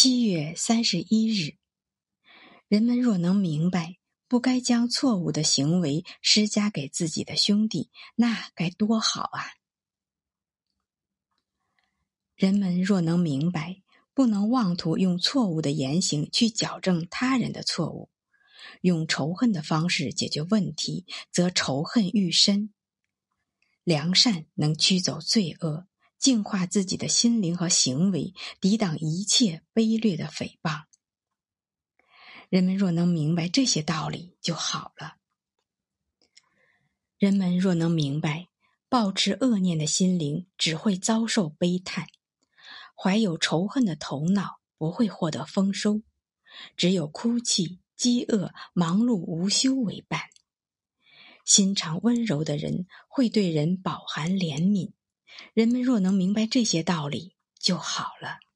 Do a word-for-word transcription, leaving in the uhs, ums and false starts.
七月三十一日，人们若能明白不该将错误的行为施加给自己的兄弟，那该多好啊！人们若能明白不能妄图用错误的言行去矫正他人的错误，用仇恨的方式解决问题，则仇恨愈深。良善能驱走罪恶，净化自己的心灵和行为，抵挡一切卑劣的诽谤。人们若能明白这些道理就好了。人们若能明白，抱持恶念的心灵只会遭受悲叹，怀有仇恨的头脑不会获得丰收，只有哭泣、饥饿、忙碌无休为伴。心肠温柔的人会对人饱含怜悯，人们若能明白这些道理就好了。